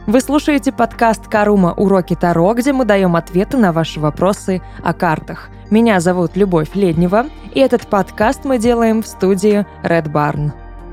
Вы слушаете подкаст «Карума. Уроки Таро», где мы даем ответы на ваши вопросы о картах. Меня зовут Любовь Леднева, и этот подкаст мы делаем в студии Red Barn.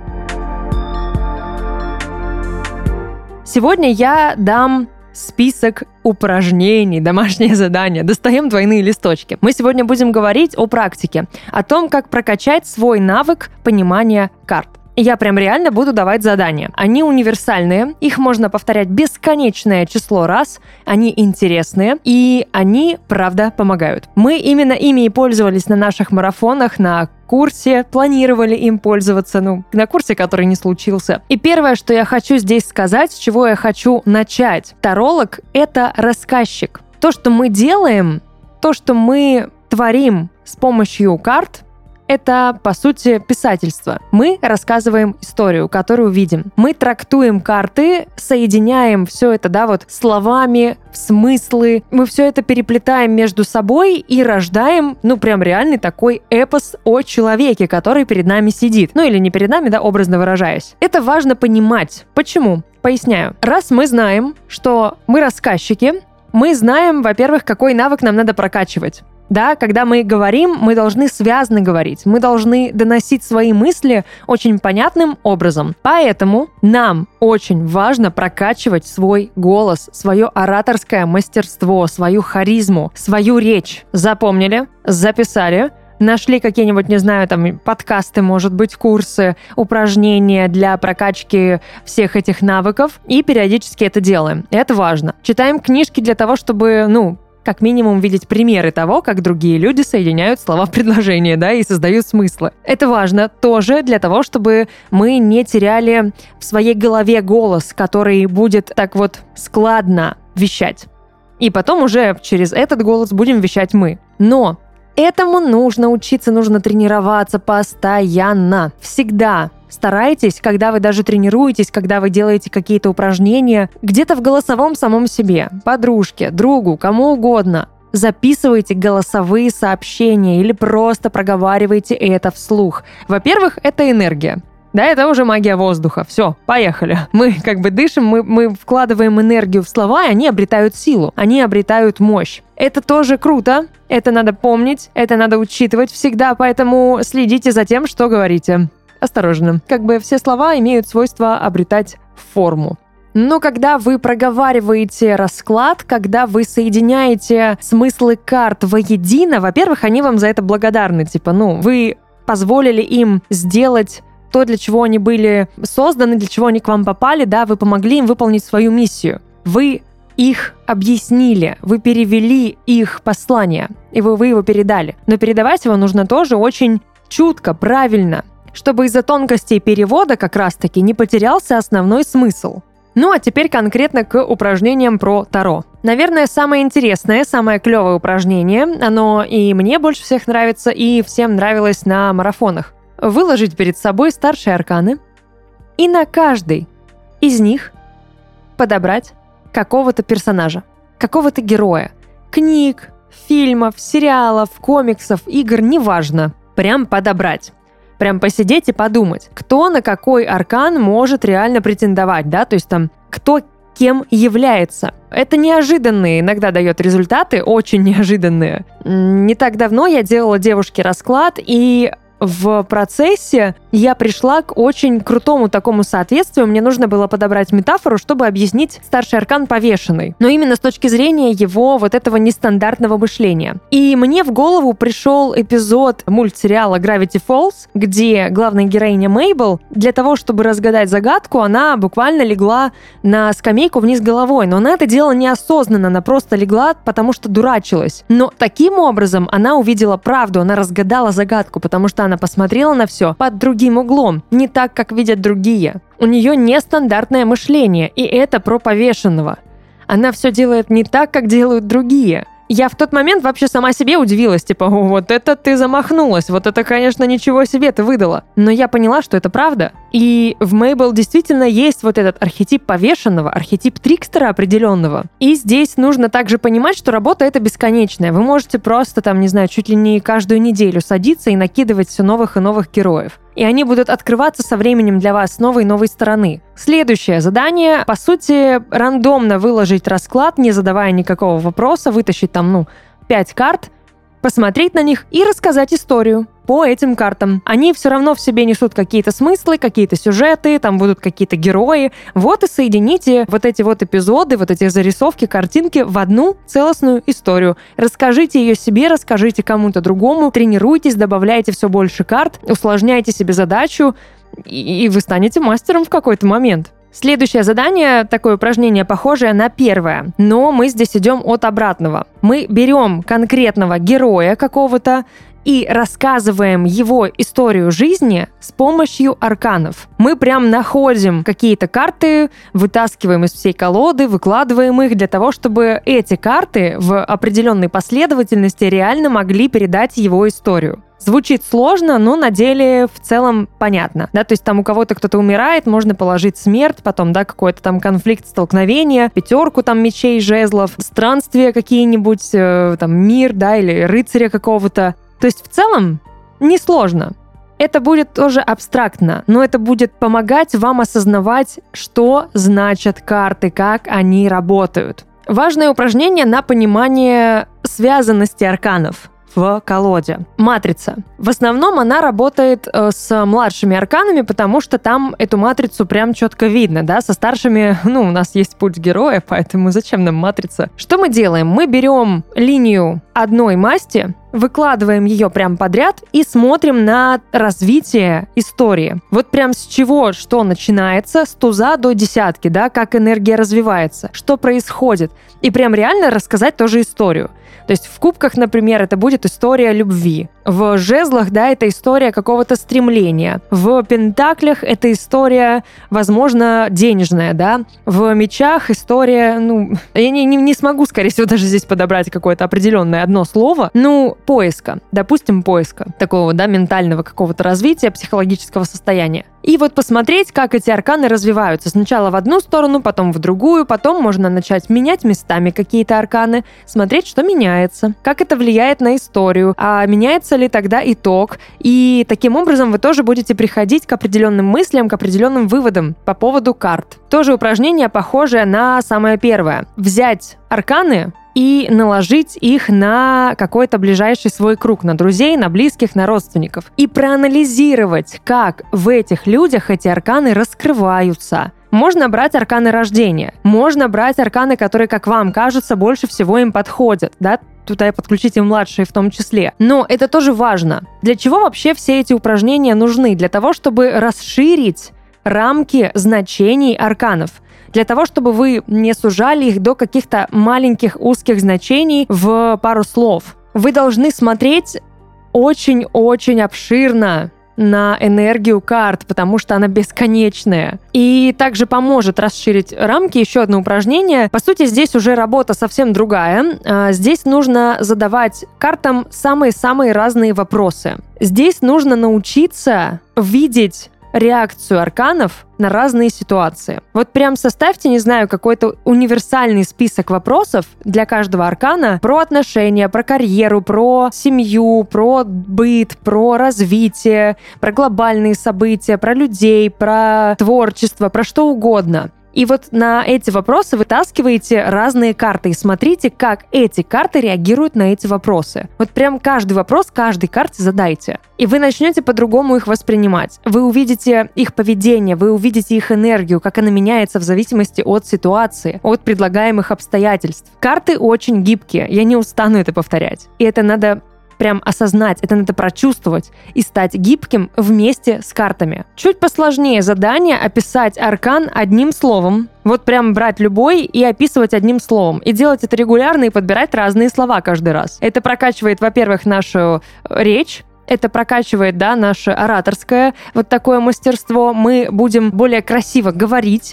Сегодня я дам список упражнений, домашнее задание. Достаем двойные листочки. Мы сегодня будем говорить о практике, о том, как прокачать свой навык понимания карт. Я прям реально буду давать задания. Они универсальные, их можно повторять бесконечное число раз, они интересные, и они, правда, помогают. Мы именно ими и пользовались на наших марафонах, на курсе, планировали им пользоваться, на курсе, который не случился. И первое, что я хочу здесь сказать, с чего я хочу начать. Таролог — это рассказчик. То, что мы делаем, то, что мы творим с помощью карт, это, по сути, писательство. Мы рассказываем историю, которую видим. Мы трактуем карты, соединяем все это, словами, смыслы. Мы все это переплетаем между собой и рождаем, прям реальный такой эпос о человеке, который перед нами сидит. Или не перед нами, образно выражаясь. Это важно понимать. Почему? Поясняю. Раз мы знаем, что мы рассказчики, мы знаем, во-первых, какой навык нам надо прокачивать. Да, когда мы говорим, мы должны связно говорить, мы должны доносить свои мысли очень понятным образом. Поэтому нам очень важно прокачивать свой голос, свое ораторское мастерство, свою харизму, свою речь. Запомнили, записали, нашли какие-нибудь, подкасты, может быть, курсы, упражнения для прокачки всех этих навыков и периодически это делаем. Это важно. Читаем книжки для того, чтобы, как минимум видеть примеры того, как другие люди соединяют слова в предложение, и создают смыслы. Это важно тоже для того, чтобы мы не теряли в своей голове голос, который будет так складно вещать. И потом уже через этот голос будем вещать мы. Но этому нужно учиться, нужно тренироваться постоянно. Всегда старайтесь, когда вы даже тренируетесь, когда вы делаете какие-то упражнения, где-то в голосовом самом себе, подружке, другу, кому угодно, записывайте голосовые сообщения или просто проговаривайте это вслух. Во-первых, это энергия. Это уже магия воздуха. Все, поехали. Мы дышим, мы вкладываем энергию в слова, и они обретают силу, они обретают мощь. Это тоже круто, это надо помнить, это надо учитывать всегда, поэтому следите за тем, что говорите. Осторожно. Все слова имеют свойство обретать форму. Но когда вы проговариваете расклад, когда вы соединяете смыслы карт воедино, во-первых, они вам за это благодарны. Вы позволили им сделать то, для чего они были созданы, для чего они к вам попали, вы помогли им выполнить свою миссию. Вы их объяснили, вы перевели их послание, и вы его передали. Но передавать его нужно тоже очень чутко, правильно, чтобы из-за тонкостей перевода как раз-таки не потерялся основной смысл. А теперь конкретно к упражнениям про Таро. Наверное, самое интересное, самое клевое упражнение, оно и мне больше всех нравится, и всем нравилось на марафонах. Выложить перед собой старшие арканы и на каждый из них подобрать какого-то персонажа, какого-то героя. Книг, фильмов, сериалов, комиксов, игр, неважно. Прям подобрать. Прям посидеть и подумать, кто на какой аркан может реально претендовать, то есть кто кем является. Это неожиданные иногда дает результаты, очень неожиданные. Не так давно я делала девушке расклад, и в процессе я пришла к очень крутому такому соответствию. Мне нужно было подобрать метафору, чтобы объяснить старший аркан повешенный. Но именно с точки зрения его этого нестандартного мышления. И мне в голову пришел эпизод мультсериала Gravity Falls, где главная героиня Мейбл, для того, чтобы разгадать загадку, она буквально легла на скамейку вниз головой. Но она это делала неосознанно, она просто легла, потому что дурачилась. Но таким образом она увидела правду, она разгадала загадку, потому что она посмотрела на все под другим углом, не так, как видят другие. У нее нестандартное мышление, и это про повешенного. Она все делает не так, как делают другие. Я в тот момент вообще сама себе удивилась, вот это ты замахнулась, вот это, конечно, ничего себе ты выдала. Но я поняла, что это правда. И в Мейбл действительно есть этот архетип повешенного, архетип трикстера определенного. И здесь нужно также понимать, что работа это бесконечная. Вы можете просто, чуть ли не каждую неделю садиться и накидывать все новых и новых героев. и они будут открываться со временем для вас с новой и новой стороны. Следующее задание, по сути, рандомно выложить расклад, не задавая никакого вопроса, вытащить там, 5 карт, посмотреть на них и рассказать историю по этим картам. Они все равно в себе несут какие-то смыслы, какие-то сюжеты, там будут какие-то герои. Вот и соедините вот эти вот эпизоды, вот эти зарисовки, картинки в одну целостную историю. Расскажите ее себе, расскажите кому-то другому, тренируйтесь, добавляйте все больше карт, усложняйте себе задачу, и вы станете мастером в какой-то момент. Следующее задание, такое упражнение, похожее на первое, но мы здесь идем от обратного. Мы берем конкретного героя какого-то и рассказываем его историю жизни с помощью арканов. Мы прям находим какие-то карты, вытаскиваем из всей колоды, выкладываем их для того, чтобы эти карты в определенной последовательности реально могли передать его историю. Звучит сложно, но на деле в целом понятно. Да, то есть там у кого-то кто-то умирает, можно положить смерть, потом, какой-то там конфликт, столкновение, 5 там мечей, жезлов, странствия какие-нибудь, мир, или рыцаря какого-то. То есть в целом несложно. Это будет тоже абстрактно, но это будет помогать вам осознавать, что значат карты, как они работают. Важное упражнение на понимание связанности арканов в колоде. Матрица. В основном она работает с младшими арканами, потому что там эту матрицу прям четко видно, да, со старшими, у нас есть путь героя, поэтому зачем нам матрица? Что мы делаем? Мы берем линию одной масти, выкладываем ее прям подряд и смотрим на развитие истории. Вот прям с чего, что начинается, с туза до десятки, да, как энергия развивается, что происходит. И прям реально рассказать тоже историю. То есть в кубках, например, это будет история любви. В жезлах, это история какого-то стремления. В пентаклях это история, возможно, денежная, да. В мечах история, я не смогу, скорее всего, даже здесь подобрать какое-то определенное одно слово, поиска. Допустим, поиска. Такого, ментального какого-то развития, психологического состояния. И вот посмотреть, как эти арканы развиваются. Сначала в одну сторону, потом в другую, потом можно начать менять местами какие-то арканы, смотреть, что меняется, как это влияет на историю, а меняется ли тогда итог. И таким образом вы тоже будете приходить к определенным мыслям, к определенным выводам по поводу карт. Тоже упражнение похожее на самое первое. Взять арканы и наложить их на какой-то ближайший свой круг, на друзей, на близких, на родственников. И проанализировать, как в этих людях эти арканы раскрываются. Можно брать арканы рождения, можно брать арканы, которые, как вам кажется, больше всего им подходят, да? Туда и подключите младшие в том числе. Но это тоже важно. Для чего вообще все эти упражнения нужны? Для того, чтобы расширить рамки значений арканов. Для того, чтобы вы не сужали их до каких-то маленьких узких значений в пару слов. Вы должны смотреть очень-очень обширно на энергию карт, потому что она бесконечная. И также поможет расширить рамки еще одно упражнение. По сути, здесь уже работа совсем другая. Здесь нужно задавать картам самые-самые разные вопросы. Здесь нужно научиться видеть реакцию арканов на разные ситуации. Вот прям составьте, не знаю, какой-то универсальный список вопросов для каждого аркана про отношения, про карьеру, про семью, про быт, про развитие, про глобальные события, про людей, про творчество, про что угодно. И вот на эти вопросы вытаскиваете разные карты и смотрите, как эти карты реагируют на эти вопросы. Вот прям каждый вопрос каждой карте задайте. И вы начнете по-другому их воспринимать. Вы увидите их поведение, вы увидите их энергию, как она меняется в зависимости от ситуации, от предлагаемых обстоятельств. Карты очень гибкие, я не устану это повторять. И это надо прям осознать, это надо прочувствовать и стать гибким вместе с картами. Чуть посложнее задание описать аркан одним словом. Вот прям брать любой и описывать одним словом. И делать это регулярно и подбирать разные слова каждый раз. Это прокачивает, во-первых, нашу речь, это прокачивает, наше ораторское вот такое мастерство. Мы будем более красиво говорить,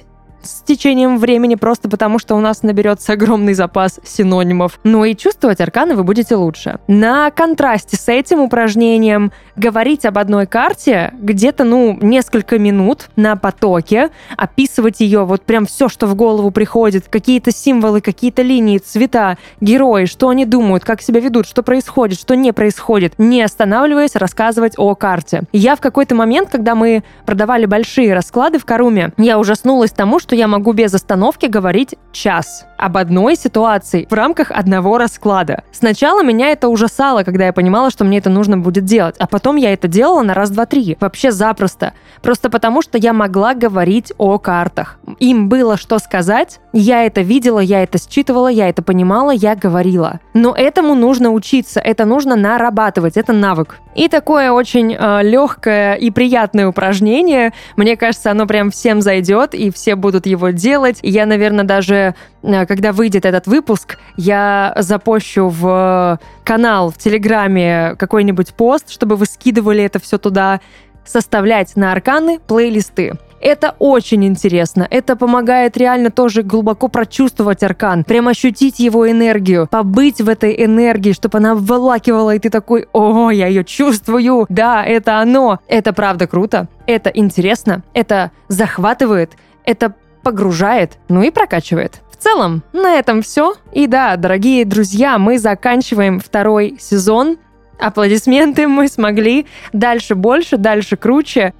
с течением времени, просто потому что у нас наберется огромный запас синонимов. Ну и чувствовать арканы вы будете лучше. На контрасте с этим упражнением говорить об одной карте где-то, несколько минут на потоке, описывать ее, вот прям все, что в голову приходит, какие-то символы, какие-то линии, цвета, герои, что они думают, как себя ведут, что происходит, что не происходит, не останавливаясь, рассказывать о карте. Я в какой-то момент, когда мы продавали большие расклады в Каруме, я ужаснулась тому, что я могу без остановки говорить час об одной ситуации в рамках одного расклада. Сначала меня это ужасало, когда я понимала, что мне это нужно будет делать, а потом я это делала на раз, два, три. Вообще запросто. Просто потому, что я могла говорить о картах. Им было что сказать, я это видела, я это считывала, я это понимала, я говорила. Но этому нужно учиться, это нужно нарабатывать, это навык. И такое очень легкое и приятное упражнение, мне кажется, оно прям всем зайдет, и все будут его делать. И я, наверное, даже, когда выйдет этот выпуск, я запощу в канал в Телеграме какой-нибудь пост, чтобы вы скидывали это все туда, составлять на арканы плейлисты. Это очень интересно. Это помогает реально тоже глубоко прочувствовать аркан, прям ощутить его энергию, побыть в этой энергии, чтобы она обволакивала, и ты такой: «О, я ее чувствую! Да, это оно!» Это правда круто, это интересно, это захватывает, это погружает, и прокачивает. В целом, на этом все. И да, дорогие друзья, мы заканчиваем 2 сезон. Аплодисменты, мы смогли. Дальше больше, дальше круче.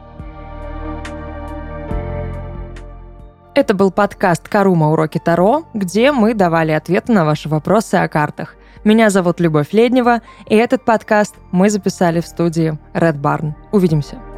Это был подкаст «Карума. Уроки Таро», где мы давали ответы на ваши вопросы о картах. Меня зовут Любовь Леднева, и этот подкаст мы записали в студии Red Barn. Увидимся.